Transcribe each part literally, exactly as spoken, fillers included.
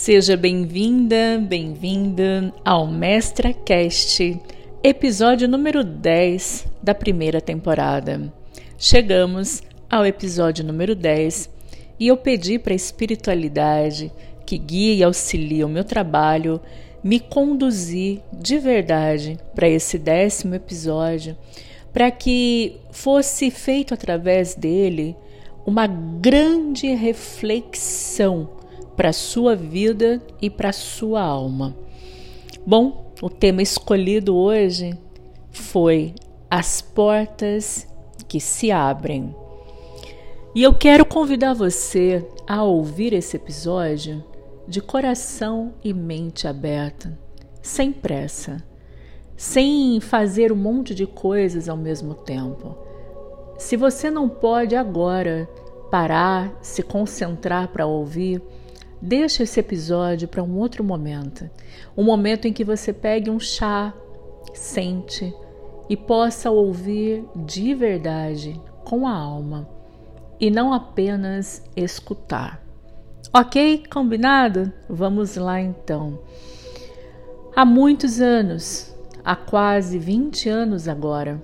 Seja bem-vinda, bem-vindo ao MestraCast, episódio número dez da primeira temporada. Chegamos ao episódio número dez e eu pedi para a espiritualidade que guia e auxilia o meu trabalho me conduzir de verdade para esse décimo episódio, para que fosse feito através dele uma grande reflexão para a sua vida e para a sua alma. Bom, o tema escolhido hoje foi as portas que se abrem. E eu quero convidar você a ouvir esse episódio de coração e mente aberta, sem pressa, sem fazer um monte de coisas ao mesmo tempo. Se você não pode agora parar, se concentrar para ouvir, deixa esse episódio para um outro momento, um momento em que você pegue um chá, sente e possa ouvir de verdade, com a alma, e não apenas escutar. Ok? Combinado? Vamos lá então. Há muitos anos, há quase vinte anos agora,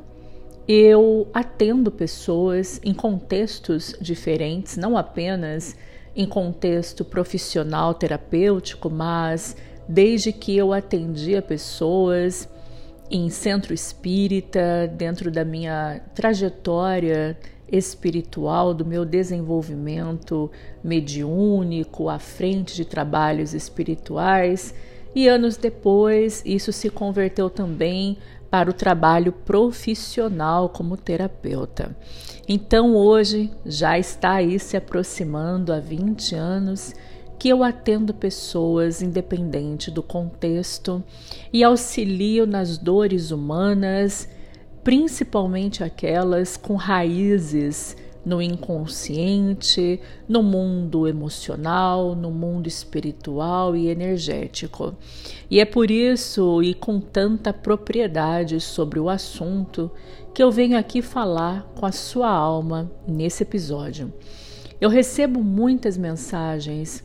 eu atendo pessoas em contextos diferentes, não apenas em contexto profissional terapêutico, mas desde que eu atendia pessoas em centro espírita, dentro da minha trajetória espiritual, do meu desenvolvimento mediúnico, à frente de trabalhos espirituais, e anos depois isso se converteu também para o trabalho profissional como terapeuta. Então hoje já está aí se aproximando há vinte anos que eu atendo pessoas independente do contexto e auxilio nas dores humanas, principalmente aquelas com raízes no inconsciente, no mundo emocional, no mundo espiritual e energético. E é por isso, e com tanta propriedade sobre o assunto, que eu venho aqui falar com a sua alma nesse episódio. Eu recebo muitas mensagens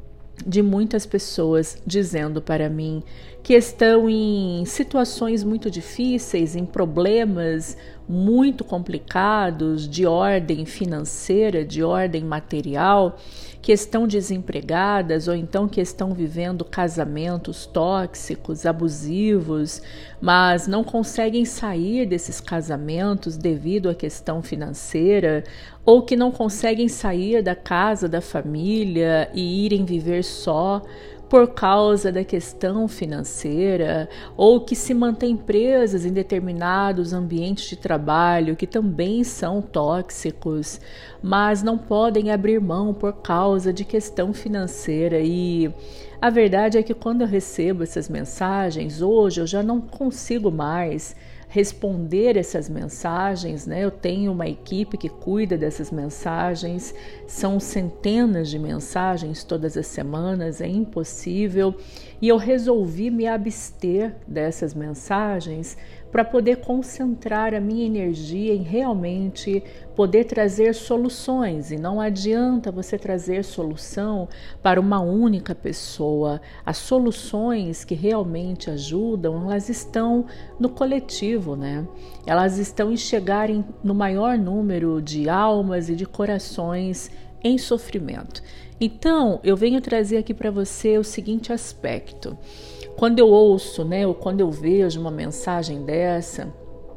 de muitas pessoas dizendo para mim que estão em situações muito difíceis, em problemas muito complicados de ordem financeira, de ordem material, que estão desempregadas ou então que estão vivendo casamentos tóxicos, abusivos, mas não conseguem sair desses casamentos devido à questão financeira, ou que não conseguem sair da casa da família e irem viver só por causa da questão financeira, ou que se mantêm presas em determinados ambientes de trabalho que também são tóxicos, mas não podem abrir mão por causa de questão financeira. E a verdade é que quando eu recebo essas mensagens, hoje eu já não consigo mais responder essas mensagens, né? Eu tenho uma equipe que cuida dessas mensagens, são centenas de mensagens todas as semanas, é impossível, e eu resolvi me abster dessas mensagens para poder concentrar a minha energia em realmente poder trazer soluções. E não adianta você trazer solução para uma única pessoa. As soluções que realmente ajudam, elas estão no coletivo, né? Elas estão em chegarem no maior número de almas e de corações em sofrimento. Então, eu venho trazer aqui para você o seguinte aspecto. Quando eu ouço, né, ou quando eu vejo uma mensagem dessa,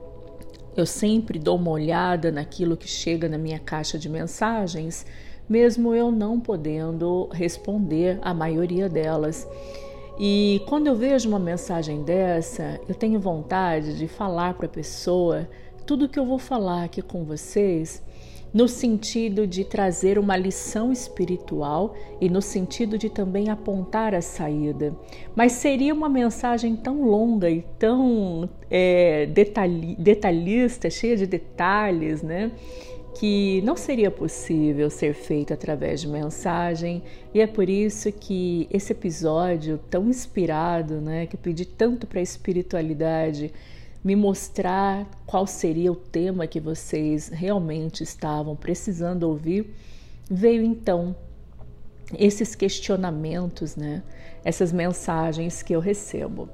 eu sempre dou uma olhada naquilo que chega na minha caixa de mensagens, mesmo eu não podendo responder a maioria delas. E quando eu vejo uma mensagem dessa, eu tenho vontade de falar para a pessoa tudo que eu vou falar aqui com vocês, no sentido de trazer uma lição espiritual e no sentido de também apontar a saída. Mas seria uma mensagem tão longa e tão é, detalhi, detalhista, cheia de detalhes, né? Que não seria possível ser feito através de mensagem, e é por isso que esse episódio tão inspirado, né, que eu pedi tanto para a espiritualidade me mostrar qual seria o tema que vocês realmente estavam precisando ouvir, veio então esses questionamentos, né? Essas mensagens que eu recebo.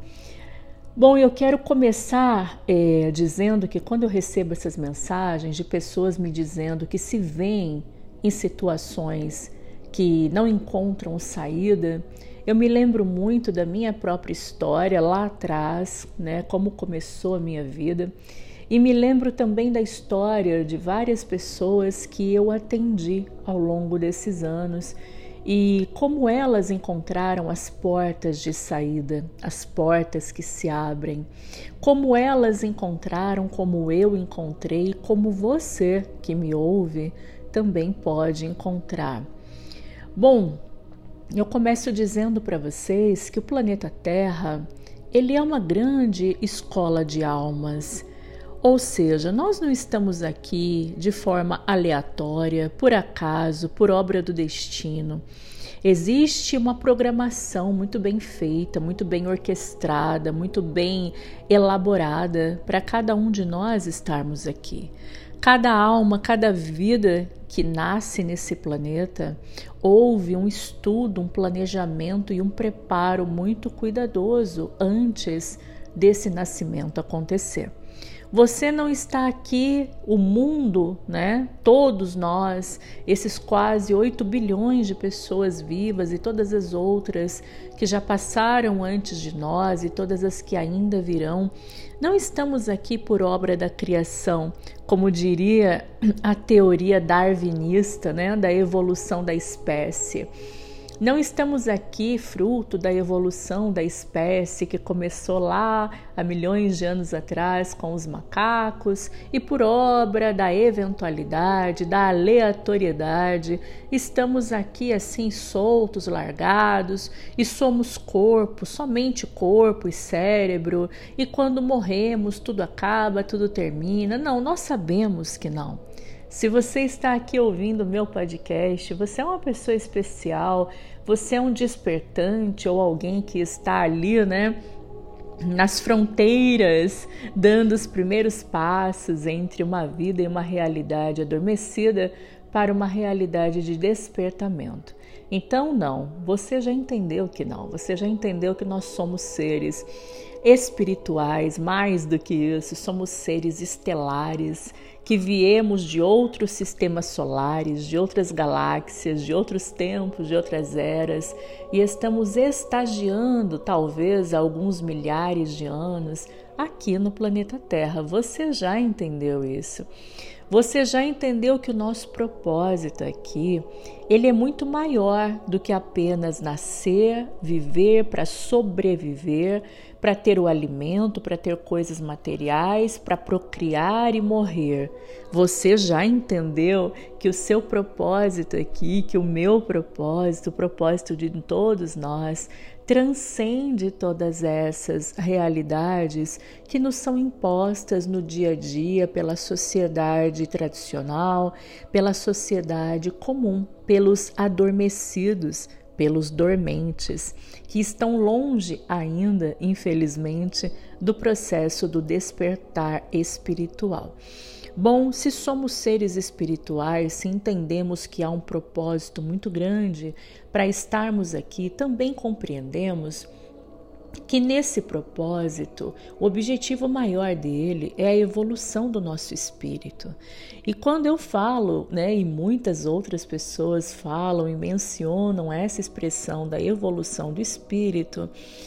Bom, eu quero começar é, dizendo que quando eu recebo essas mensagens de pessoas me dizendo que se veem em situações que não encontram saída, eu me lembro muito da minha própria história lá atrás, né, como começou a minha vida, e me lembro também da história de várias pessoas que eu atendi ao longo desses anos e como elas encontraram as portas de saída, as portas que se abrem, como elas encontraram, como eu encontrei, como você que me ouve também pode encontrar. Bom, eu começo dizendo para vocês que o planeta Terra, ele é uma grande escola de almas. Ou seja, nós não estamos aqui de forma aleatória, por acaso, por obra do destino. Existe uma programação muito bem feita, muito bem orquestrada, muito bem elaborada para cada um de nós estarmos aqui. Cada alma, cada vida que nasce nesse planeta, houve um estudo, um planejamento e um preparo muito cuidadoso antes desse nascimento acontecer. Você não está aqui, o mundo, né? Todos nós, esses quase oito bilhões de pessoas vivas e todas as outras que já passaram antes de nós e todas as que ainda virão, não estamos aqui por obra da criação, como diria a teoria darwinista, né? Da evolução da espécie. Não estamos aqui fruto da evolução da espécie que começou lá há milhões de anos atrás com os macacos e por obra da eventualidade, da aleatoriedade. Estamos aqui assim soltos, largados e somos corpo, somente corpo e cérebro, e quando morremos tudo acaba, tudo termina. Não, nós sabemos que não. Se você está aqui ouvindo o meu podcast, você é uma pessoa especial, você é um despertante ou alguém que está ali, né, nas fronteiras, dando os primeiros passos entre uma vida e uma realidade adormecida para uma realidade de despertamento. Então, não, você já entendeu que não, você já entendeu que nós somos seres espirituais, mais do que isso, somos seres estelares, que viemos de outros sistemas solares, de outras galáxias, de outros tempos, de outras eras, e estamos estagiando, talvez, há alguns milhares de anos, aqui no planeta Terra. Você já entendeu isso? Você já entendeu que o nosso propósito aqui, ele é muito maior do que apenas nascer, viver para sobreviver, para ter o alimento, para ter coisas materiais, para procriar e morrer. Você já entendeu que o seu propósito aqui, que o meu propósito, o propósito de todos nós, transcende todas essas realidades que nos são impostas no dia a dia pela sociedade tradicional, pela sociedade comum, pelos adormecidos, pelos dormentes, que estão longe ainda, infelizmente, do processo do despertar espiritual. Bom, se somos seres espirituais, se entendemos que há um propósito muito grande para estarmos aqui, também compreendemos que nesse propósito, o objetivo maior dele é a evolução do nosso espírito. E quando eu falo, né, e muitas outras pessoas falam e mencionam essa expressão da evolução do espírito,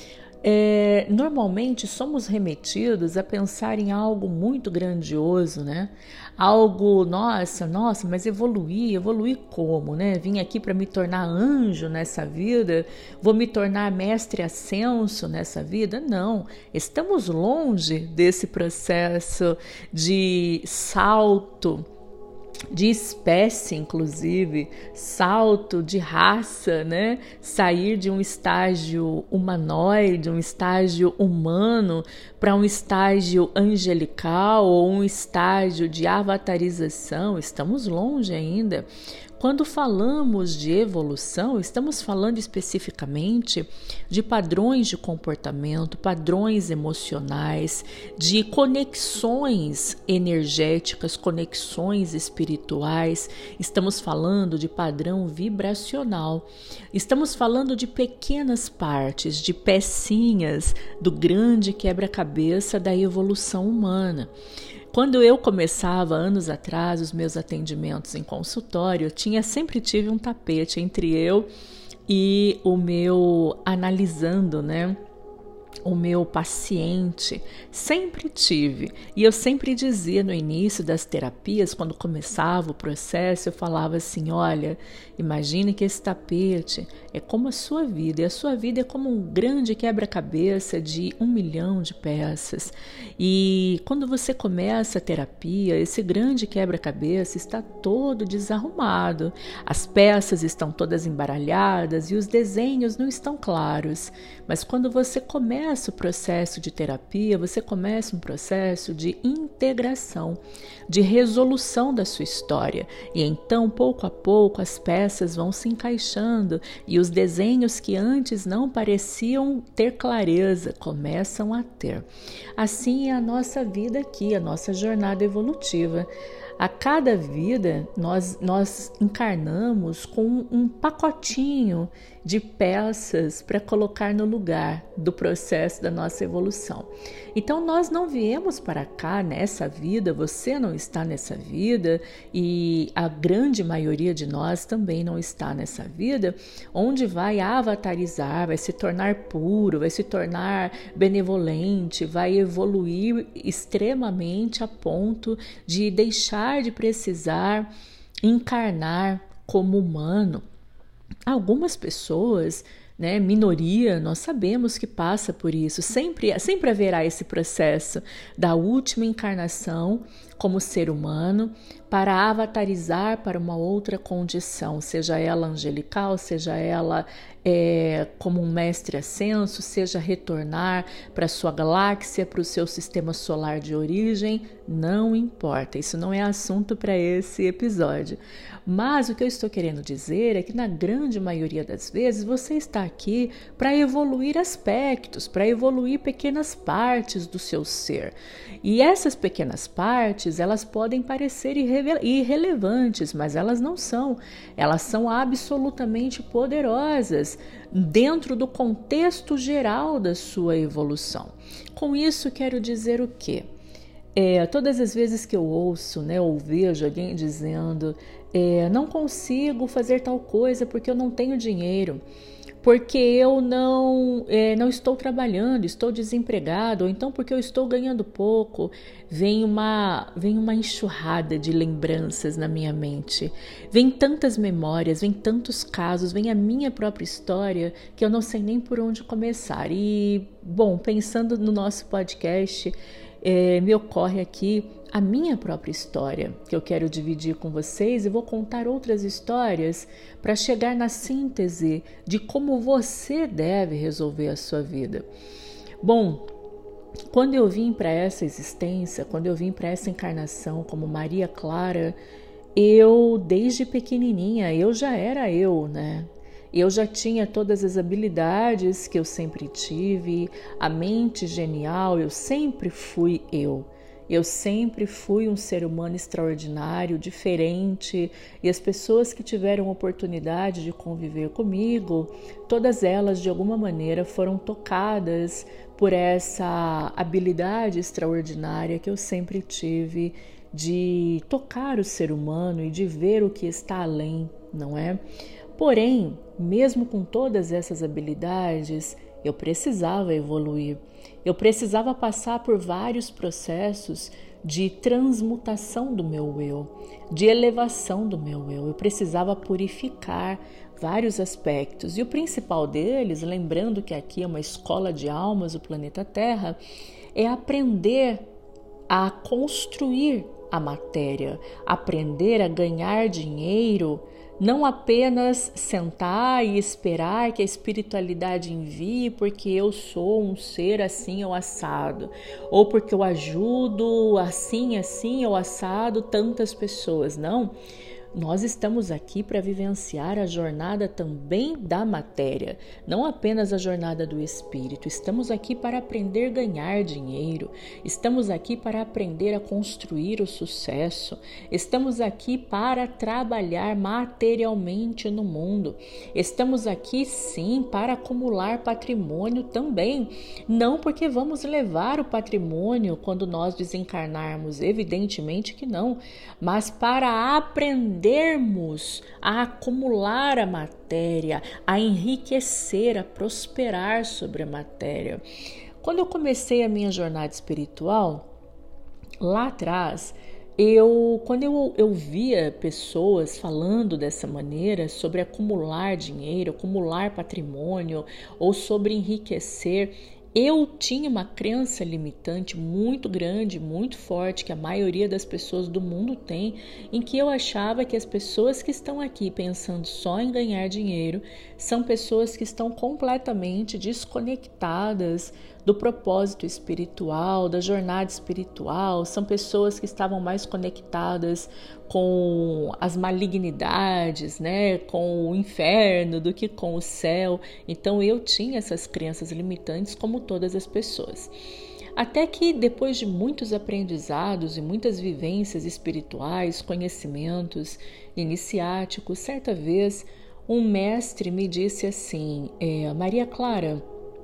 É, normalmente somos remetidos a pensar em algo muito grandioso, né? Algo, nossa, nossa, mas evoluir, evoluir como, né? Vim aqui para me tornar anjo nessa vida, vou me tornar mestre ascenso nessa vida? Não, estamos longe desse processo de salto, de espécie, inclusive, salto de raça, né? Sair de um estágio humanoide, um estágio humano, para um estágio angelical ou um estágio de avatarização. Estamos longe ainda. Quando falamos de evolução, estamos falando especificamente de padrões de comportamento, padrões emocionais, de conexões energéticas, conexões espirituais. Estamos falando de padrão vibracional. Estamos falando de pequenas partes, de pecinhas do grande quebra-cabeça da evolução humana. Quando eu começava, anos atrás, os meus atendimentos em consultório, eu tinha, sempre tive um tapete entre eu e o meu analisando, né? O meu paciente, sempre tive. E eu sempre dizia no início das terapias, quando começava o processo, eu falava assim, olha, imagine que esse tapete é como a sua vida, e a sua vida é como um grande quebra-cabeça de um milhão de peças. E quando você começa a terapia, esse grande quebra-cabeça está todo desarrumado, as peças estão todas embaralhadas e os desenhos não estão claros. Mas quando você começa o processo de terapia, você começa um processo de integração, de resolução da sua história. E então, pouco a pouco, as peças vão se encaixando e os desenhos que antes não pareciam ter clareza, começam a ter. Assim é a nossa vida aqui, a nossa jornada evolutiva. A cada vida, nós, nós encarnamos com um pacotinho de peças para colocar no lugar do processo da nossa evolução. Então, nós não viemos para cá nessa vida, você não está nessa vida e a grande maioria de nós também não está nessa vida, onde vai avatarizar, vai se tornar puro, vai se tornar benevolente, vai evoluir extremamente a ponto de deixar de precisar encarnar como humano. Algumas pessoas, né, minoria, nós sabemos que passa por isso. Sempre, sempre haverá esse processo da última encarnação como ser humano para avatarizar para uma outra condição, seja ela angelical, seja ela é, como um mestre ascenso, seja retornar para a sua galáxia, para o seu sistema solar de origem, não importa, isso não é assunto para esse episódio. Mas o que eu estou querendo dizer é que na grande maioria das vezes você está aqui para evoluir aspectos, para evoluir pequenas partes do seu ser. E essas pequenas partes, elas podem parecer irre- irrelevantes, mas elas não são. Elas são absolutamente poderosas dentro do contexto geral da sua evolução. Com isso, quero dizer o quê? É, todas as vezes que eu ouço, né, ou vejo alguém dizendo é, não consigo fazer tal coisa porque eu não tenho dinheiro, porque eu não, é, não estou trabalhando, estou desempregado, ou então porque eu estou ganhando pouco, vem uma, vem uma enxurrada de lembranças na minha mente, vem tantas memórias, vem tantos casos, vem a minha própria história que eu não sei nem por onde começar. E, bom, pensando no nosso podcast, É, me ocorre aqui a minha própria história, que eu quero dividir com vocês, e vou contar outras histórias para chegar na síntese de como você deve resolver a sua vida. Bom, quando eu vim para essa existência, quando eu vim para essa encarnação como Maria Clara, eu, desde pequenininha, eu já era eu, né? Eu já tinha todas as habilidades que eu sempre tive, a mente genial, eu sempre fui eu. Eu sempre fui um ser humano extraordinário, diferente, e as pessoas que tiveram oportunidade de conviver comigo, todas elas de alguma maneira foram tocadas por essa habilidade extraordinária que eu sempre tive de tocar o ser humano e de ver o que está além, não é? Porém, mesmo com todas essas habilidades, eu precisava evoluir. Eu precisava passar por vários processos de transmutação do meu eu, de elevação do meu eu. Eu precisava purificar vários aspectos. E o principal deles, lembrando que aqui é uma escola de almas, o planeta Terra, é aprender a construir a matéria, aprender a ganhar dinheiro, não apenas sentar e esperar que a espiritualidade envie porque eu sou um ser assim ou assado, ou porque eu ajudo assim, assim ou assado tantas pessoas. Não, Nós estamos aqui para vivenciar a jornada também da matéria, não apenas a jornada do espírito. Estamos aqui para aprender a ganhar dinheiro, estamos aqui para aprender a construir o sucesso, estamos aqui para trabalhar materialmente no mundo, estamos aqui sim para acumular patrimônio também, não porque vamos levar o patrimônio quando nós desencarnarmos, evidentemente que não, mas para aprender aprendermos a acumular a matéria, a enriquecer, a prosperar sobre a matéria. Quando eu comecei a minha jornada espiritual, lá atrás, eu, quando eu, eu via pessoas falando dessa maneira sobre acumular dinheiro, acumular patrimônio ou sobre enriquecer, eu tinha uma crença limitante muito grande, muito forte, que a maioria das pessoas do mundo tem, em que eu achava que as pessoas que estão aqui pensando só em ganhar dinheiro são pessoas que estão completamente desconectadas do propósito espiritual, da jornada espiritual, são pessoas que estavam mais conectadas com as malignidades, né, com o inferno do que com o céu. Então eu tinha essas crenças limitantes como todas as pessoas. Até que depois de muitos aprendizados e muitas vivências espirituais, conhecimentos iniciáticos, certa vez um mestre me disse assim, é, Maria Clara,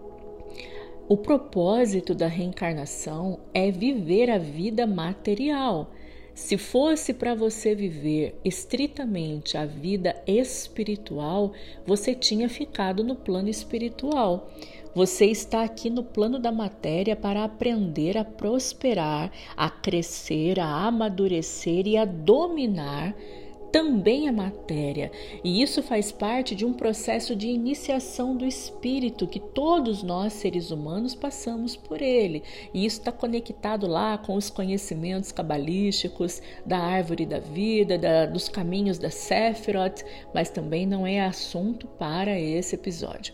o propósito da reencarnação é viver a vida material. Se fosse para você viver estritamente a vida espiritual, você tinha ficado no plano espiritual. Você está aqui no plano da matéria para aprender a prosperar, a crescer, a amadurecer e a dominar também a matéria, e isso faz parte de um processo de iniciação do espírito que todos nós seres humanos passamos por ele, e isso está conectado lá com os conhecimentos cabalísticos da árvore da vida, da, dos caminhos da Sephiroth, mas também não é assunto para esse episódio.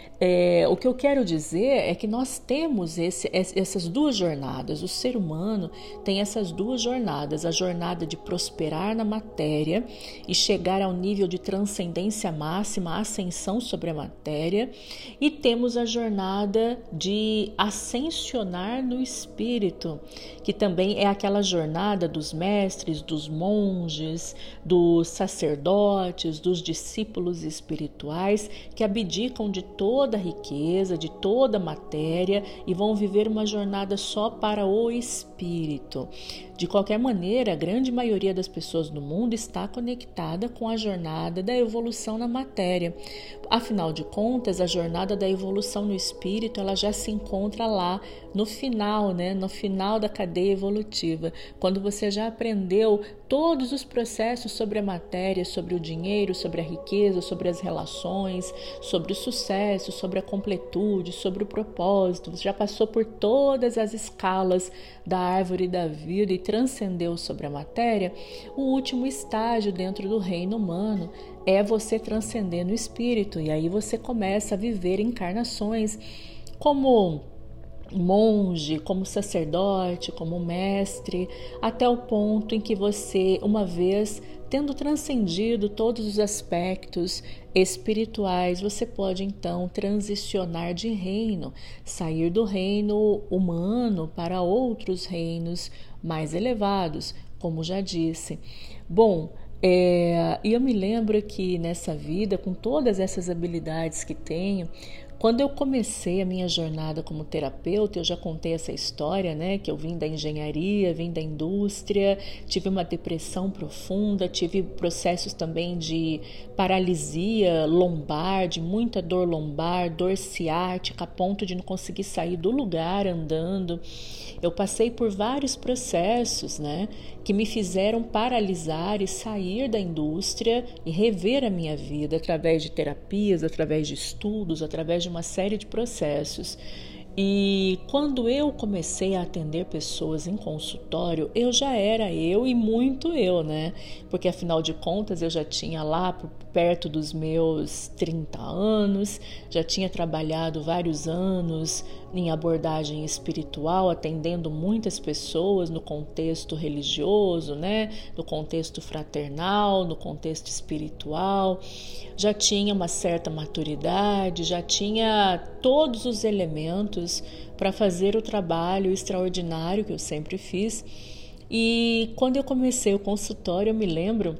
É, o que eu quero dizer é que nós temos esse, essas duas jornadas, o ser humano tem essas duas jornadas, a jornada de prosperar na matéria e chegar ao nível de transcendência máxima, a ascensão sobre a matéria, e temos a jornada de ascensionar no espírito, que também é aquela jornada dos mestres, dos monges, dos sacerdotes, dos discípulos espirituais que abdicam de toda da riqueza, de toda a matéria e vão viver uma jornada só para o espírito. De qualquer maneira, a grande maioria das pessoas no mundo está conectada com a jornada da evolução na matéria. Afinal de contas, a jornada da evolução no espírito, ela já se encontra lá no final, né? No final da cadeia evolutiva, quando você já aprendeu todos os processos sobre a matéria, sobre o dinheiro, sobre a riqueza, sobre as relações, sobre o sucesso, sobre a completude, sobre o propósito. Você já passou por todas as escalas da árvore da vida e transcendeu sobre a matéria. O último estágio dentro do reino humano é você transcender no espírito, e aí você começa a viver encarnações como monge, como sacerdote, como mestre, até o ponto em que você, uma vez tendo transcendido todos os aspectos espirituais, você pode então transicionar de reino, sair do reino humano para outros reinos mais elevados, como já disse. Bom, é, eu me lembro que nessa vida, com todas essas habilidades que tenho, quando eu comecei a minha jornada como terapeuta, eu já contei essa história, né? Que eu vim da engenharia, vim da indústria, tive uma depressão profunda, tive processos também de paralisia lombar, de muita dor lombar, dor ciática, a ponto de não conseguir sair do lugar andando. Eu passei por vários processos, né? Que me fizeram paralisar e sair da indústria e rever a minha vida através de terapias, através de estudos, através de uma série de processos. E quando eu comecei a atender pessoas em consultório, eu já era eu e muito eu, né? Porque afinal de contas eu já tinha lá por perto dos meus trinta anos, já tinha trabalhado vários anos em abordagem espiritual, atendendo muitas pessoas no contexto religioso, né? No contexto fraternal, no contexto espiritual. Já tinha uma certa maturidade, já tinha todos os elementos para fazer o trabalho extraordinário que eu sempre fiz. E quando eu comecei o consultório, eu me lembro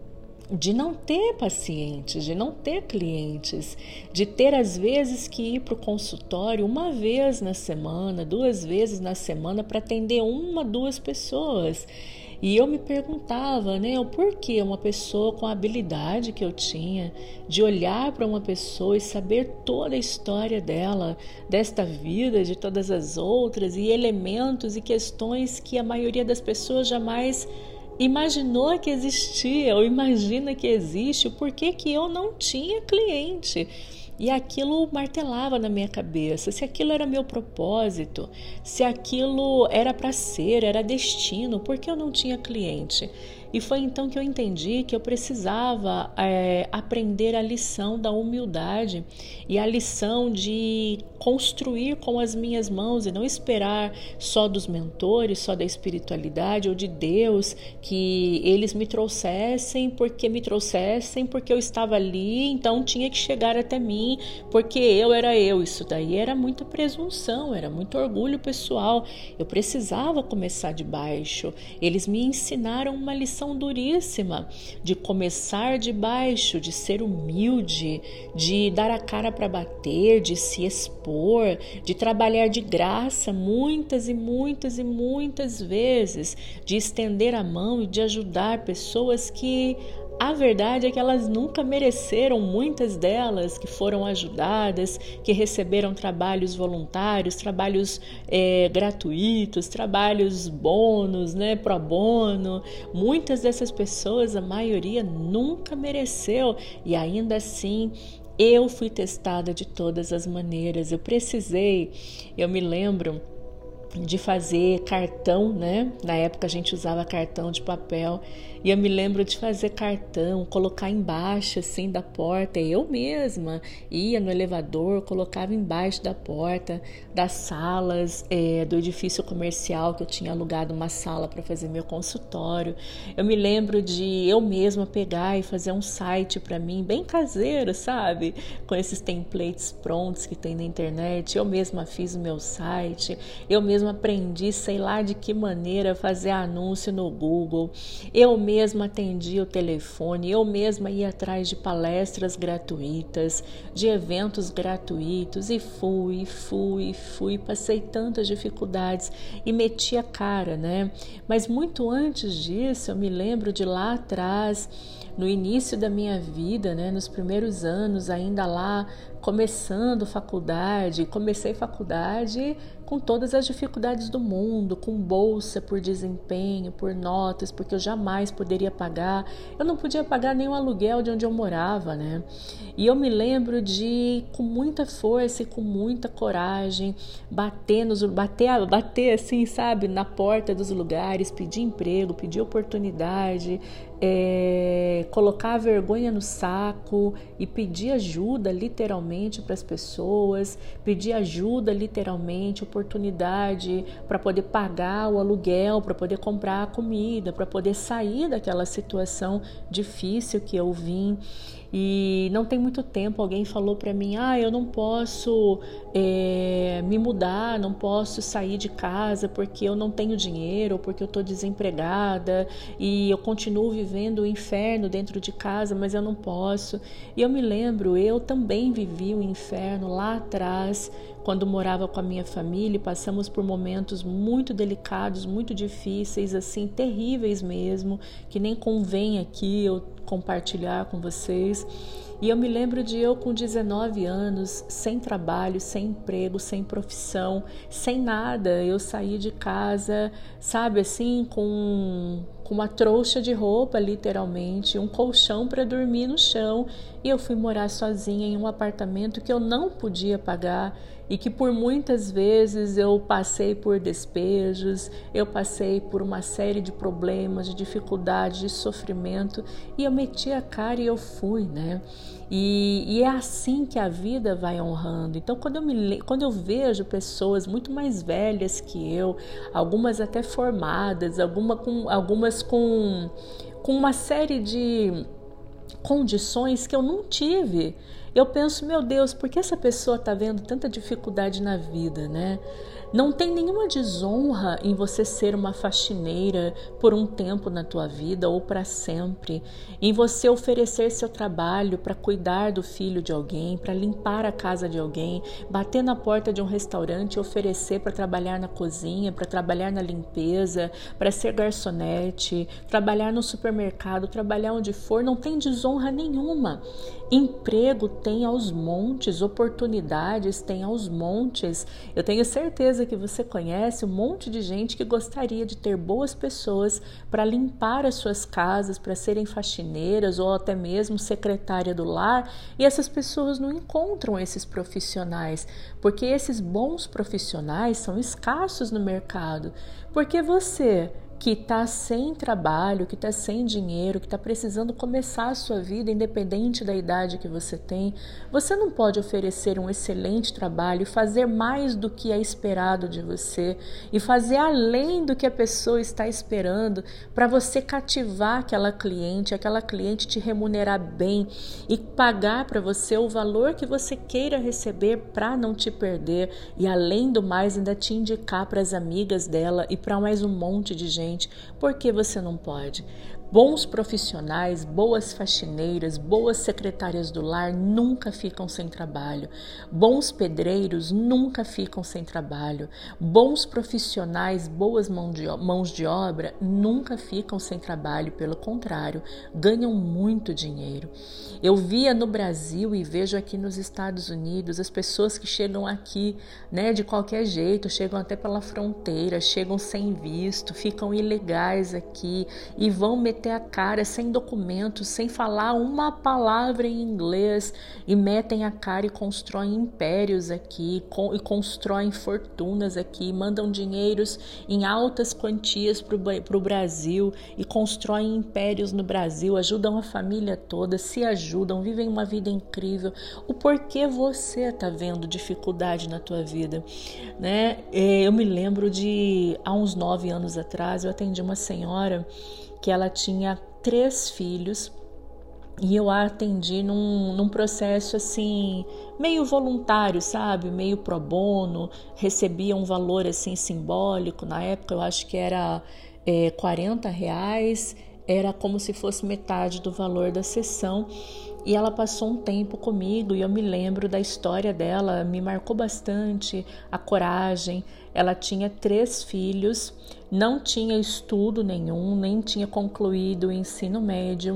de não ter pacientes, de não ter clientes, de ter às vezes que ir para o consultório uma vez na semana, duas vezes na semana para atender uma, duas pessoas. E eu me perguntava, né, o porquê uma pessoa com a habilidade que eu tinha de olhar para uma pessoa e saber toda a história dela, desta vida, de todas as outras, e elementos e questões que a maioria das pessoas jamais imaginou que existia ou imagina que existe, o porquê que eu não tinha cliente. E aquilo martelava na minha cabeça, se aquilo era meu propósito, se aquilo era para ser, era destino, por que eu não tinha cliente? E foi então que eu entendi que eu precisava é, aprender a lição da humildade e a lição de construir com as minhas mãos e não esperar só dos mentores, só da espiritualidade ou de Deus, que eles me trouxessem porque me trouxessem, porque eu estava ali, então tinha que chegar até mim, porque eu era eu. Isso daí era muita presunção, era muito orgulho pessoal. Eu precisava começar de baixo. Eles me ensinaram uma lição duríssima de começar de baixo, de ser humilde, de dar a cara para bater, de se expor, de trabalhar de graça muitas e muitas e muitas vezes, de estender a mão e de ajudar pessoas que a verdade é que elas nunca mereceram, muitas delas que foram ajudadas, que receberam trabalhos voluntários, trabalhos é, gratuitos, trabalhos bônus, né, pro bono. Muitas dessas pessoas, a maioria, nunca mereceu e ainda assim eu fui testada de todas as maneiras. Eu precisei, eu me lembro de fazer cartão, né? Na época a gente usava cartão de papel e eu me lembro de fazer cartão, colocar embaixo assim da porta. Eu mesma ia no elevador, colocava embaixo da porta das salas é, do edifício comercial que eu tinha alugado uma sala para fazer meu consultório. Eu me lembro de eu mesma pegar e fazer um site para mim bem caseiro, sabe? Com esses templates prontos que tem na internet. Eu mesma fiz o meu site, eu mesma aprendi, sei lá de que maneira, fazer anúncio no Google. Eu mesma atendi o telefone, eu mesma ia atrás de palestras gratuitas, de eventos gratuitos e fui, fui, fui, passei tantas dificuldades e meti a cara, né? Mas muito antes disso, eu me lembro de lá atrás, no início da minha vida, né, nos primeiros anos, ainda lá começando faculdade, comecei faculdade com todas as dificuldades do mundo, com bolsa por desempenho, por notas, porque eu jamais poderia pagar, eu não podia pagar nem o aluguel de onde eu morava, né? E eu me lembro de, com muita força e com muita coragem, bater, nos, bater, bater assim, sabe, na porta dos lugares, pedir emprego, pedir oportunidade, é, colocar a vergonha no saco e pedir ajuda, literalmente, para as pessoas, pedir ajuda, literalmente, oportunidade para poder pagar o aluguel, para poder comprar a comida, para poder sair daquela situação difícil que eu vim. E não tem muito tempo alguém falou para mim, ah, eu não posso é, me mudar, não posso sair de casa porque eu não tenho dinheiro, ou porque eu estou desempregada e eu continuo vivendo o inferno dentro de casa, mas eu não posso. E eu me lembro, eu também vivi o inferno lá atrás, quando morava com a minha família, passamos por momentos muito delicados, muito difíceis, assim, terríveis mesmo, que nem convém aqui eu compartilhar com vocês. E eu me lembro de eu com dezenove anos, sem trabalho, sem emprego, sem profissão, sem nada. Eu saí de casa, sabe assim, com, com com uma trouxa de roupa, literalmente, um colchão para dormir no chão, e eu fui morar sozinha em um apartamento que eu não podia pagar e que por muitas vezes eu passei por despejos, eu passei por uma série de problemas, de dificuldades, de sofrimento, e eu meti a cara e eu fui, né? E, e é assim que a vida vai honrando. Então, quando eu, me, quando eu vejo pessoas muito mais velhas que eu, algumas até formadas, alguma com, algumas com, com uma série de condições que eu não tive, eu penso, meu Deus, por que essa pessoa está vendo tanta dificuldade na vida, né? Não tem nenhuma desonra em você ser uma faxineira por um tempo na tua vida ou para sempre, em você oferecer seu trabalho para cuidar do filho de alguém, para limpar a casa de alguém, bater na porta de um restaurante e oferecer para trabalhar na cozinha, para trabalhar na limpeza, para ser garçonete, trabalhar no supermercado, trabalhar onde for, não tem desonra nenhuma. Emprego tem aos montes, oportunidades tem aos montes. Eu tenho certeza que você conhece um monte de gente que gostaria de ter boas pessoas para limpar as suas casas, para serem faxineiras ou até mesmo secretária do lar, e essas pessoas não encontram esses profissionais, porque esses bons profissionais são escassos no mercado. Porque você que está sem trabalho, que está sem dinheiro, que está precisando começar a sua vida independente da idade que você tem, você não pode oferecer um excelente trabalho e fazer mais do que é esperado de você e fazer além do que a pessoa está esperando para você cativar aquela cliente, aquela cliente te remunerar bem e pagar para você o valor que você queira receber para não te perder e, além do mais, ainda te indicar para as amigas dela e para mais um monte de gente. Por que você não pode? Bons profissionais, boas faxineiras, boas secretárias do lar nunca ficam sem trabalho. Bons pedreiros nunca ficam sem trabalho. Bons profissionais, boas mãos de obra nunca ficam sem trabalho. Pelo contrário, ganham muito dinheiro. Eu via no Brasil e vejo aqui nos Estados Unidos as pessoas que chegam aqui, né, de qualquer jeito, chegam até pela fronteira, chegam sem visto, ficam ilegais aqui e vão meter a cara sem documentos, sem falar uma palavra em inglês, e metem a cara e constroem impérios aqui, com, e constroem fortunas aqui, mandam dinheiros em altas quantias para o Brasil e constroem impérios no Brasil, ajudam a família toda, se ajudam, vivem uma vida incrível. O porquê você está vendo dificuldade na tua vida, né? Eu me lembro de, há uns nove anos atrás, eu atendi uma senhora que ela tinha três filhos e eu a atendi num, num processo assim, meio voluntário, sabe? Meio pro bono, recebia um valor assim simbólico, na época eu acho que era é, quarenta reais, era como se fosse metade do valor da sessão. E ela passou um tempo comigo e eu me lembro da história dela, me marcou bastante a coragem. Ela tinha três filhos, não tinha estudo nenhum, nem tinha concluído o ensino médio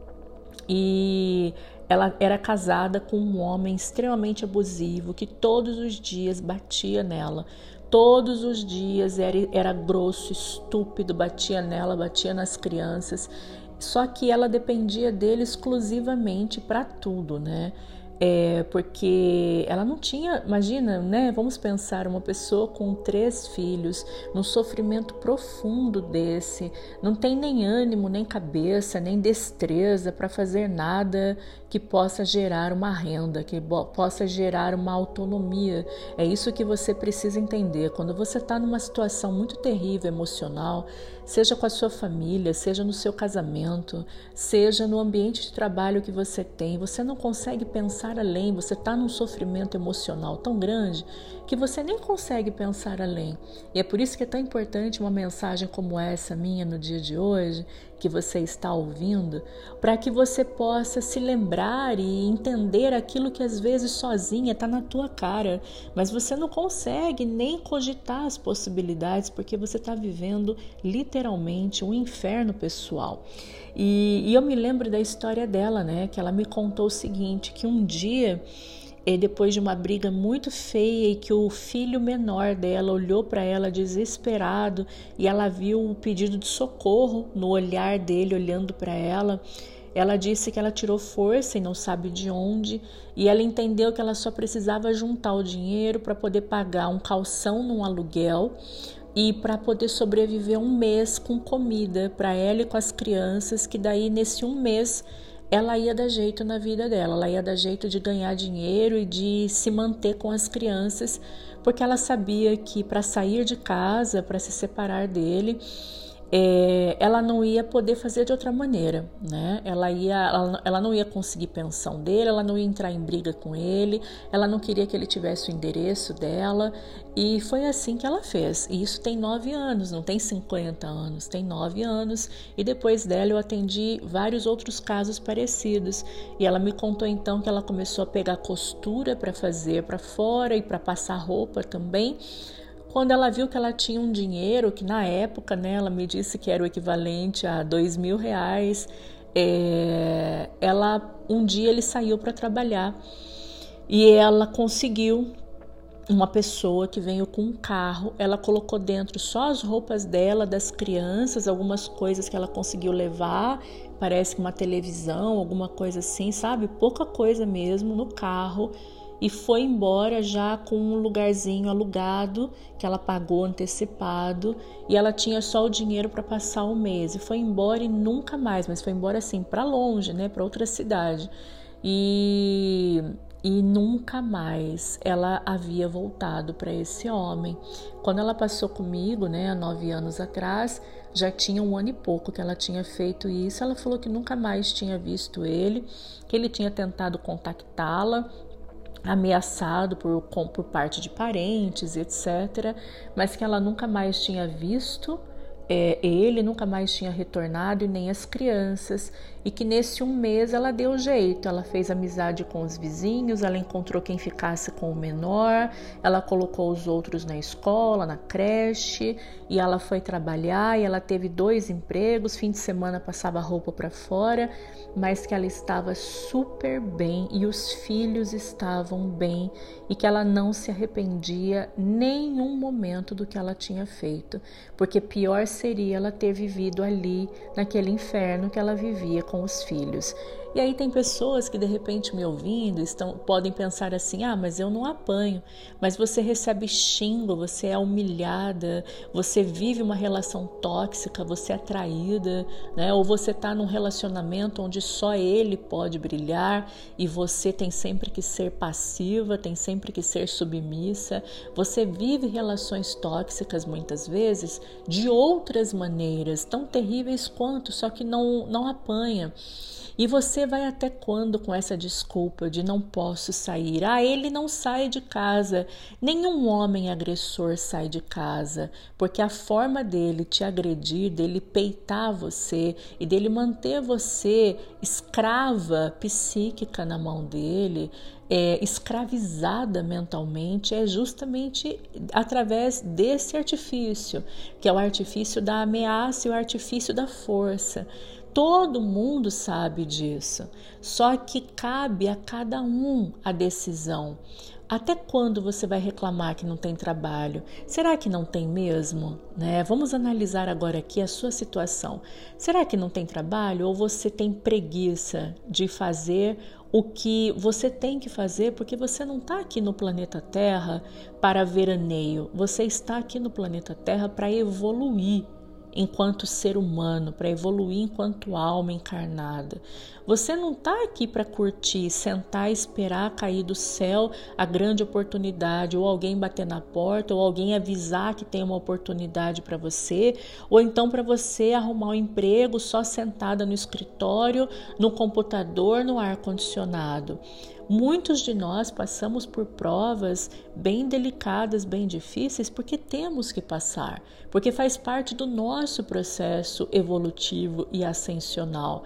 e ela era casada com um homem extremamente abusivo que todos os dias batia nela. Todos os dias era, era grosso, estúpido, batia nela, batia nas crianças. Só que ela dependia dele exclusivamente para tudo, né? É, porque ela não tinha, imagina, né? Vamos pensar, uma pessoa com três filhos, num sofrimento profundo desse, não tem nem ânimo, nem cabeça, nem destreza para fazer nada que possa gerar uma renda, que possa gerar uma autonomia. É isso que você precisa entender. Quando você está numa situação muito terrível, emocional, seja com a sua família, seja no seu casamento, seja no ambiente de trabalho que você tem, você não consegue pensar além, você está num sofrimento emocional tão grande que você nem consegue pensar além. E é por isso que é tão importante uma mensagem como essa minha no dia de hoje, que você está ouvindo, para que você possa se lembrar e entender aquilo que às vezes sozinha está na tua cara, mas você não consegue nem cogitar as possibilidades porque você está vivendo literalmente um inferno pessoal. E, e eu me lembro da história dela, né? Que ela me contou o seguinte, que um dia E depois de uma briga muito feia e que o filho menor dela olhou para ela desesperado e ela viu o pedido de socorro no olhar dele olhando para ela, ela disse que ela tirou força e não sabe de onde, e ela entendeu que ela só precisava juntar o dinheiro para poder pagar um calção num aluguel e para poder sobreviver um mês com comida para ela e com as crianças, que daí nesse um mês ela ia dar jeito na vida dela, ela ia dar jeito de ganhar dinheiro e de se manter com as crianças, porque ela sabia que para sair de casa, para se separar dele, é, ela não ia poder fazer de outra maneira, né? Ela, ia, ela, ela não ia conseguir pensão dele, ela não ia entrar em briga com ele, ela não queria que ele tivesse o endereço dela, e foi assim que ela fez. E isso tem nove anos, não tem cinquenta anos, tem nove anos, e depois dela eu atendi vários outros casos parecidos, e ela me contou então que ela começou a pegar costura para fazer para fora e para passar roupa também. Quando ela viu que ela tinha um dinheiro, que na época, né, ela me disse que era o equivalente a dois mil reais, é, ela, um dia ele saiu para trabalhar e ela conseguiu uma pessoa que veio com um carro, ela colocou dentro só as roupas dela, das crianças, algumas coisas que ela conseguiu levar, parece que uma televisão, alguma coisa assim, sabe? Pouca coisa mesmo no carro. E foi embora já com um lugarzinho alugado que ela pagou antecipado, e ela tinha só o dinheiro para passar o mês, e foi embora e nunca mais, mas foi embora assim para longe, né, para outra cidade, e, e nunca mais ela havia voltado para esse homem. Quando ela passou comigo, né, há nove anos atrás, já tinha um ano e pouco que ela tinha feito isso. Ela falou que nunca mais tinha visto ele, que ele tinha tentado contactá-la, ameaçado por, por parte de parentes, etcétera, mas que ela nunca mais tinha visto é, ele, nunca mais tinha retornado, e nem as crianças, e que nesse um mês ela deu jeito, ela fez amizade com os vizinhos, ela encontrou quem ficasse com o menor, ela colocou os outros na escola, na creche, e ela foi trabalhar, e ela teve dois empregos, fim de semana passava roupa para fora, mas que ela estava super bem e os filhos estavam bem, e que ela não se arrependia nenhum momento do que ela tinha feito, porque pior seria ela ter vivido ali naquele inferno que ela vivia com os filhos. E aí tem pessoas que de repente me ouvindo estão, podem pensar assim, ah, mas eu não apanho, mas você recebe xingo, você é humilhada, você vive uma relação tóxica, você é traída, né? Ou você está num relacionamento onde só ele pode brilhar e você tem sempre que ser passiva, tem sempre que ser submissa, você vive relações tóxicas muitas vezes de outras maneiras, tão terríveis quanto, só que não, não apanha. E você vai até quando com essa desculpa de não posso sair? Ah, ele não sai de casa. Nenhum homem agressor sai de casa, porque a forma dele te agredir, dele peitar você e dele manter você escrava psíquica na mão dele, é, escravizada mentalmente, é justamente através desse artifício, que é o artifício da ameaça e o artifício da força. Todo mundo sabe disso, só que cabe a cada um a decisão. Até quando você vai reclamar que não tem trabalho? Será que não tem mesmo? Né? Vamos analisar agora aqui a sua situação. Será que não tem trabalho ou você tem preguiça de fazer o que você tem que fazer porque você não está aqui no planeta Terra para veraneio? Você está aqui no planeta Terra para evoluir enquanto ser humano, para evoluir enquanto alma encarnada. Você não está aqui para curtir, sentar e esperar cair do céu a grande oportunidade, ou alguém bater na porta, ou alguém avisar que tem uma oportunidade para você, ou então para você arrumar um emprego só sentada no escritório, no computador, no ar-condicionado. Muitos de nós passamos por provas bem delicadas, bem difíceis, porque temos que passar, porque faz parte do nosso processo evolutivo e ascensional.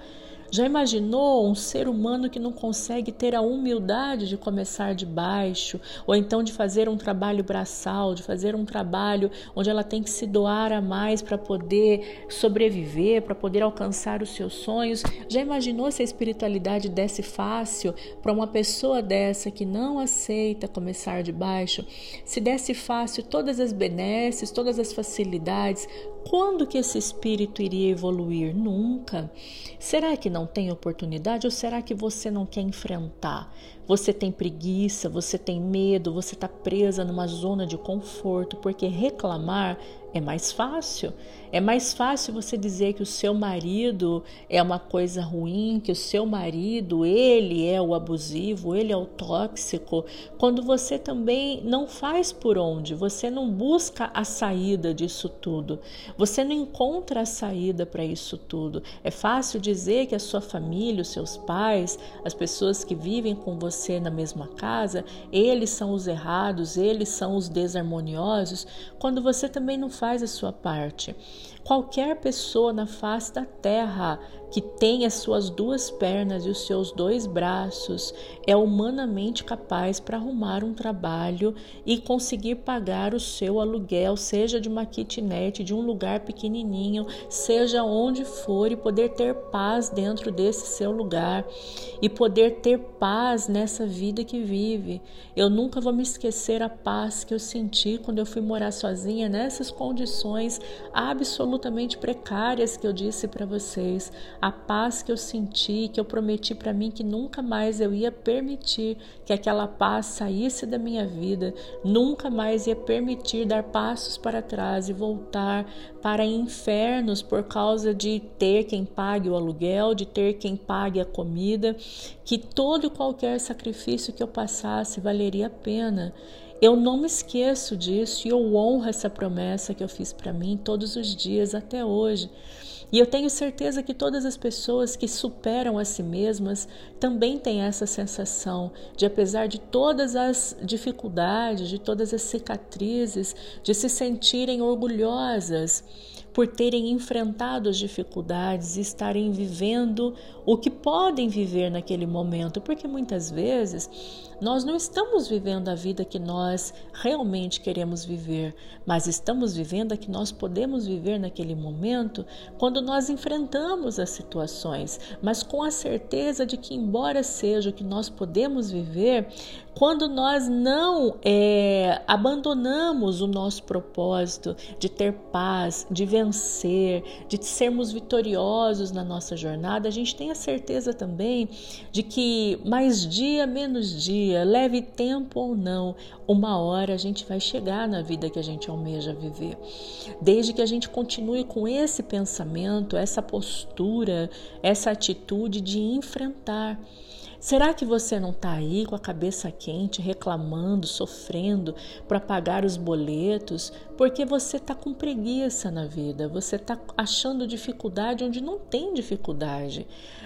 Já imaginou um ser humano que não consegue ter a humildade de começar de baixo, ou então de fazer um trabalho braçal, de fazer um trabalho onde ela tem que se doar a mais para poder sobreviver, para poder alcançar os seus sonhos? Já imaginou se a espiritualidade desse fácil para uma pessoa dessa que não aceita começar de baixo? Se desse fácil todas as benesses, todas as facilidades, quando que esse espírito iria evoluir? Nunca. Será que não tem oportunidade ou será que você não quer enfrentar? Você tem preguiça, você tem medo, você está presa numa zona de conforto, porque reclamar é mais fácil. É mais fácil você dizer que o seu marido é uma coisa ruim, que o seu marido, ele é o abusivo, ele é o tóxico, quando você também não faz por onde, você não busca a saída disso tudo, você não encontra a saída para isso tudo. É fácil dizer que a sua família, os seus pais, as pessoas que vivem com você na mesma casa, eles são os errados, eles são os desarmoniosos, quando você também não faz a sua parte. Qualquer pessoa na face da terra que tem as suas duas pernas e os seus dois braços é humanamente capaz para arrumar um trabalho e conseguir pagar o seu aluguel, seja de uma kitnet, de um lugar pequenininho, seja onde for, e poder ter paz dentro desse seu lugar e poder ter paz nessa vida que vive. Eu nunca vou me esquecer a paz que eu senti quando eu fui morar sozinha nessas condições absolutamente precárias que eu disse para vocês. A paz que eu senti, que eu prometi para mim que nunca mais eu ia permitir que aquela paz saísse da minha vida, nunca mais ia permitir dar passos para trás e voltar para infernos por causa de ter quem pague o aluguel, de ter quem pague a comida, que todo e qualquer sacrifício que eu passasse valeria a pena. Eu não me esqueço disso e eu honro essa promessa que eu fiz para mim todos os dias até hoje. E eu tenho certeza que todas as pessoas que superam a si mesmas também têm essa sensação de, apesar de todas as dificuldades, de todas as cicatrizes, de se sentirem orgulhosas por terem enfrentado as dificuldades e estarem vivendo o que podem viver naquele momento, porque muitas vezes nós não estamos vivendo a vida que nós realmente queremos viver, mas estamos vivendo a que nós podemos viver naquele momento quando nós enfrentamos as situações, mas com a certeza de que, embora seja o que nós podemos viver, quando nós não é, abandonamos o nosso propósito de ter paz, de vencer, de sermos vitoriosos na nossa jornada, a gente tem a certeza também de que mais dia, menos dia, leve tempo ou não, uma hora a gente vai chegar na vida que a gente almeja viver. Desde que a gente continue com esse pensamento, essa postura, essa atitude de enfrentar. Será que você não está aí com a cabeça quente, reclamando, sofrendo para pagar os boletos, porque você está com preguiça na vida, você está achando dificuldade onde não tem dificuldade?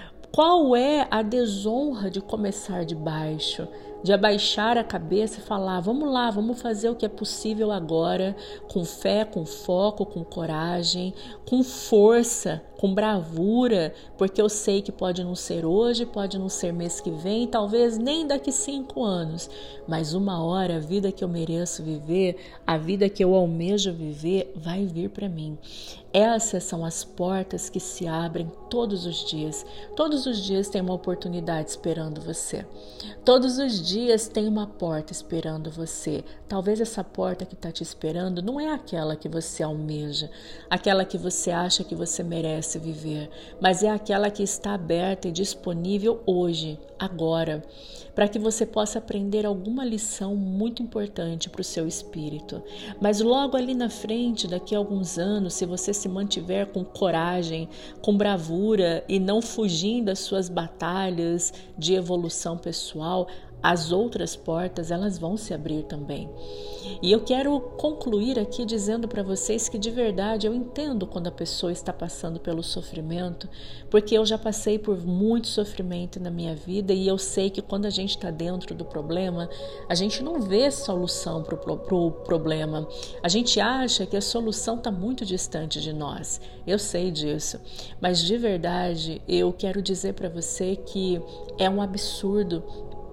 Qual é a desonra de começar de baixo, de abaixar a cabeça e falar, vamos lá, vamos fazer o que é possível agora, com fé, com foco, com coragem, com força, com bravura, porque eu sei que pode não ser hoje, pode não ser mês que vem, talvez nem daqui cinco anos, mas uma hora a vida que eu mereço viver, a vida que eu almejo viver, vai vir para mim. Essas são as portas que se abrem todos os dias. Todos os dias tem uma oportunidade esperando você. Todos os dias tem uma porta esperando você. Talvez essa porta que está te esperando não é aquela que você almeja, aquela que você acha que você merece viver, mas é aquela que está aberta e disponível hoje, agora, para que você possa aprender alguma lição muito importante para o seu espírito. Mas logo ali na frente, daqui a alguns anos, se você se mantiver com coragem, com bravura e não fugindo das suas batalhas de evolução pessoal, as outras portas, elas vão se abrir também. E eu quero concluir aqui dizendo para vocês que de verdade eu entendo quando a pessoa está passando pelo sofrimento, porque eu já passei por muito sofrimento na minha vida e eu sei que quando a gente está dentro do problema, a gente não vê solução para o pro problema. A gente acha que a solução está muito distante de nós. Eu sei disso, mas de verdade eu quero dizer para você que é um absurdo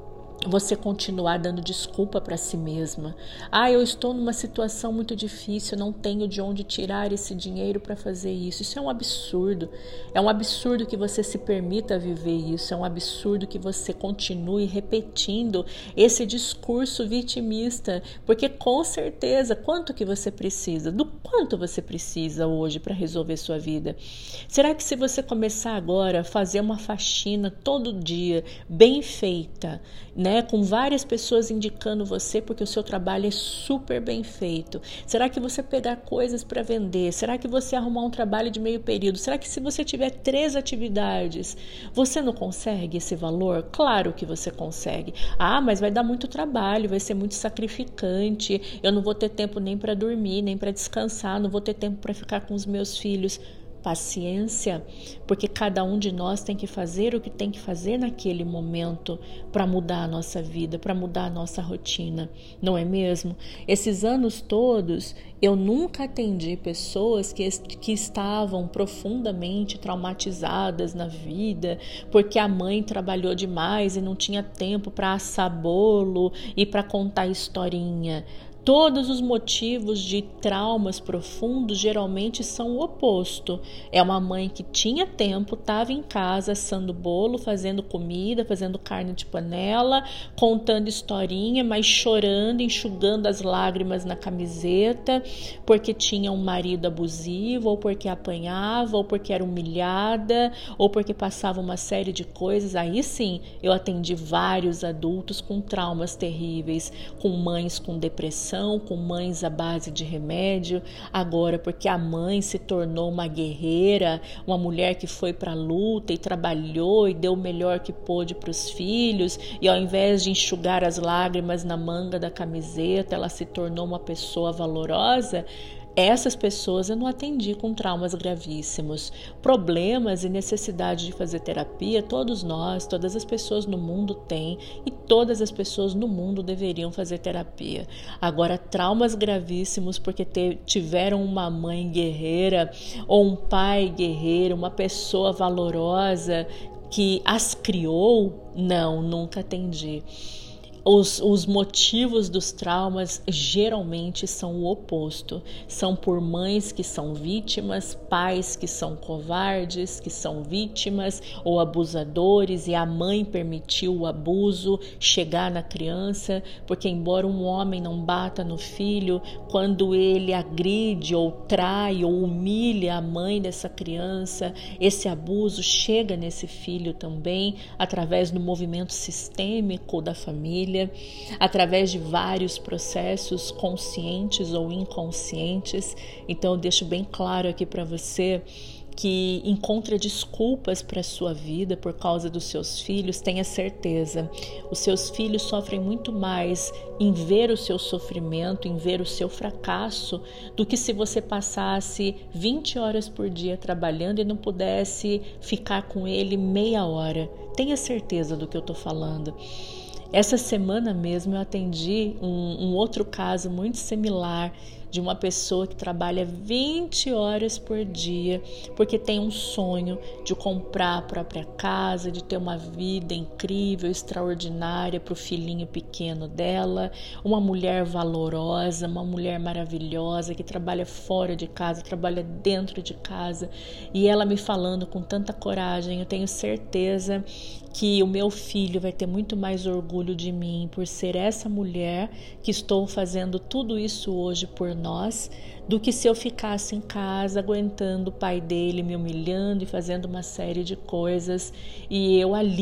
você continuar dando desculpa para si mesma. Ah, eu estou numa situação muito difícil, não tenho de onde tirar esse dinheiro para fazer isso. Isso é um absurdo. É um absurdo que você se permita viver isso. É um absurdo que você continue repetindo esse discurso vitimista, porque com certeza, quanto que você precisa? Do quanto você precisa hoje para resolver sua vida? Será que se você começar agora a fazer uma faxina todo dia, bem feita, né? Né, com várias pessoas indicando você porque o seu trabalho é super bem feito? Será que você pegar coisas para vender? Será que você arrumar um trabalho de meio período? Será que se você tiver três atividades, você não consegue esse valor? Claro que você consegue. Ah, mas vai dar muito trabalho, vai ser muito sacrificante, eu não vou ter tempo nem para dormir, nem para descansar, não vou ter tempo para ficar com os meus filhos. Paciência, porque cada um de nós tem que fazer o que tem que fazer naquele momento para mudar a nossa vida, para mudar a nossa rotina, não é mesmo? Esses anos todos eu nunca atendi pessoas que, que estavam profundamente traumatizadas na vida porque a mãe trabalhou demais e não tinha tempo para assar bolo e para contar historinha. Todos os motivos de traumas profundos geralmente são o oposto. É uma mãe que tinha tempo, estava em casa assando bolo, fazendo comida, fazendo carne de panela, contando historinha, mas chorando, enxugando as lágrimas na camiseta, porque tinha um marido abusivo, ou porque apanhava, ou porque era humilhada, ou porque passava uma série de coisas. Aí sim, eu atendi vários adultos com traumas terríveis, com mães com depressão, com mães à base de remédio. Agora, porque a mãe se tornou uma guerreira, uma mulher que foi para a luta e trabalhou e deu o melhor que pôde para os filhos, e ao invés de enxugar as lágrimas na manga da camiseta, ela se tornou uma pessoa valorosa. Essas pessoas eu não atendi com traumas gravíssimos. Problemas e necessidade de fazer terapia, todos nós, todas as pessoas no mundo têm, e todas as pessoas no mundo deveriam fazer terapia. Agora, traumas gravíssimos porque te, tiveram uma mãe guerreira ou um pai guerreiro, uma pessoa valorosa que as criou, não, nunca atendi. Os, os motivos dos traumas geralmente são o oposto. São por mães que são vítimas, pais que são covardes, que são vítimas ou abusadores, e a mãe permitiu o abuso chegar na criança, porque embora um homem não bata no filho, quando ele agride ou trai ou humilha a mãe dessa criança, esse abuso chega nesse filho também, através do movimento sistêmico da família, através de vários processos conscientes ou inconscientes. Então eu deixo bem claro aqui para você que encontra desculpas para a sua vida por causa dos seus filhos. Tenha certeza, os seus filhos sofrem muito mais em ver o seu sofrimento, em ver o seu fracasso, do que se você passasse vinte horas por dia trabalhando e não pudesse ficar com ele meia hora. Tenha certeza do que eu estou falando. Essa semana mesmo eu atendi um, um outro caso muito similar, de uma pessoa que trabalha vinte horas por dia porque tem um sonho de comprar a própria casa, de ter uma vida incrível, extraordinária para o filhinho pequeno dela, uma mulher valorosa, uma mulher maravilhosa que trabalha fora de casa, trabalha dentro de casa, e ela me falando com tanta coragem: eu tenho certeza que o meu filho vai ter muito mais orgulho de mim por ser essa mulher que estou fazendo tudo isso hoje por nós, do que se eu ficasse em casa aguentando o pai dele me humilhando e fazendo uma série de coisas, e eu ali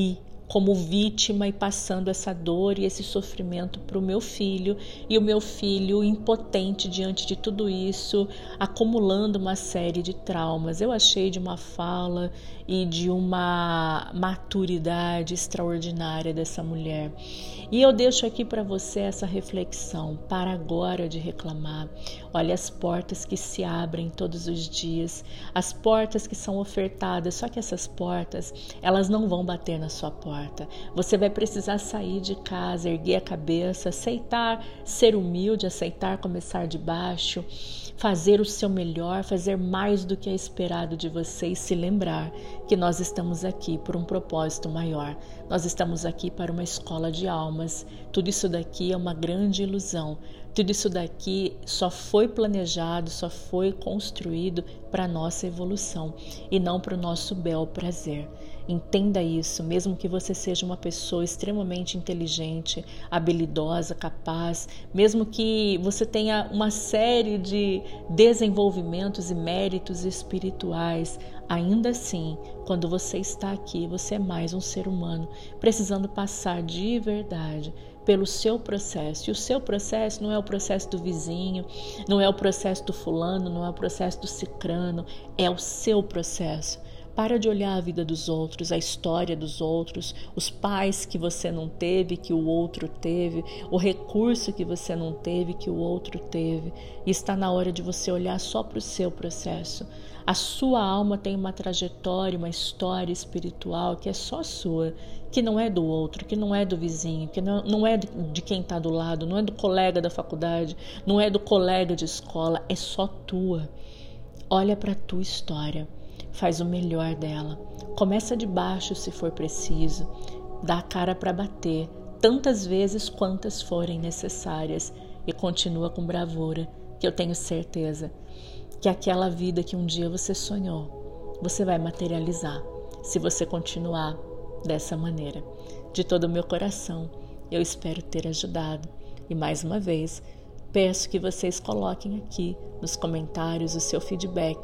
como vítima e passando essa dor e esse sofrimento para o meu filho, e o meu filho impotente diante de tudo isso, acumulando uma série de traumas. Eu achei de uma fala e de uma maturidade extraordinária dessa mulher. E eu deixo aqui para você essa reflexão: para agora de reclamar. Olha as portas que se abrem todos os dias, as portas que são ofertadas, só que essas portas, elas não vão bater na sua porta. Você vai precisar sair de casa, erguer a cabeça, aceitar ser humilde, aceitar começar de baixo, fazer o seu melhor, fazer mais do que é esperado de você e se lembrar que nós estamos aqui por um propósito maior. Nós estamos aqui para uma escola de almas. Tudo isso daqui é uma grande ilusão. Tudo isso daqui só foi planejado, só foi construído para a nossa evolução e não para o nosso bel prazer. Entenda isso, mesmo que você seja uma pessoa extremamente inteligente, habilidosa, capaz, mesmo que você tenha uma série de desenvolvimentos e méritos espirituais, ainda assim, quando você está aqui, você é mais um ser humano, precisando passar de verdade pelo seu processo. E o seu processo não é o processo do vizinho, não é o processo do fulano, não é o processo do cicrano, é o seu processo. Para de olhar a vida dos outros, a história dos outros, os pais que você não teve, que o outro teve, o recurso que você não teve, que o outro teve. E está na hora de você olhar só para o seu processo. A sua alma tem uma trajetória, uma história espiritual que é só sua, que não é do outro, que não é do vizinho, que não, não é de quem está do lado, não é do colega da faculdade, não é do colega de escola, é só tua. Olha para a tua história. Faz o melhor dela. Começa de baixo se for preciso. Dá a cara para bater, tantas vezes quantas forem necessárias. E continua com bravura, que eu tenho certeza que aquela vida que um dia você sonhou, você vai materializar, se você continuar dessa maneira. De todo o meu coração, eu espero ter ajudado. E mais uma vez, peço que vocês coloquem aqui nos comentários o seu feedback,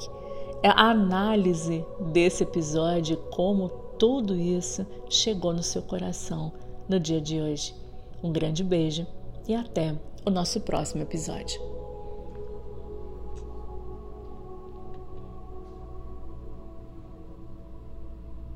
a análise desse episódio, como tudo isso chegou no seu coração no dia de hoje. Um grande beijo e até o nosso próximo episódio.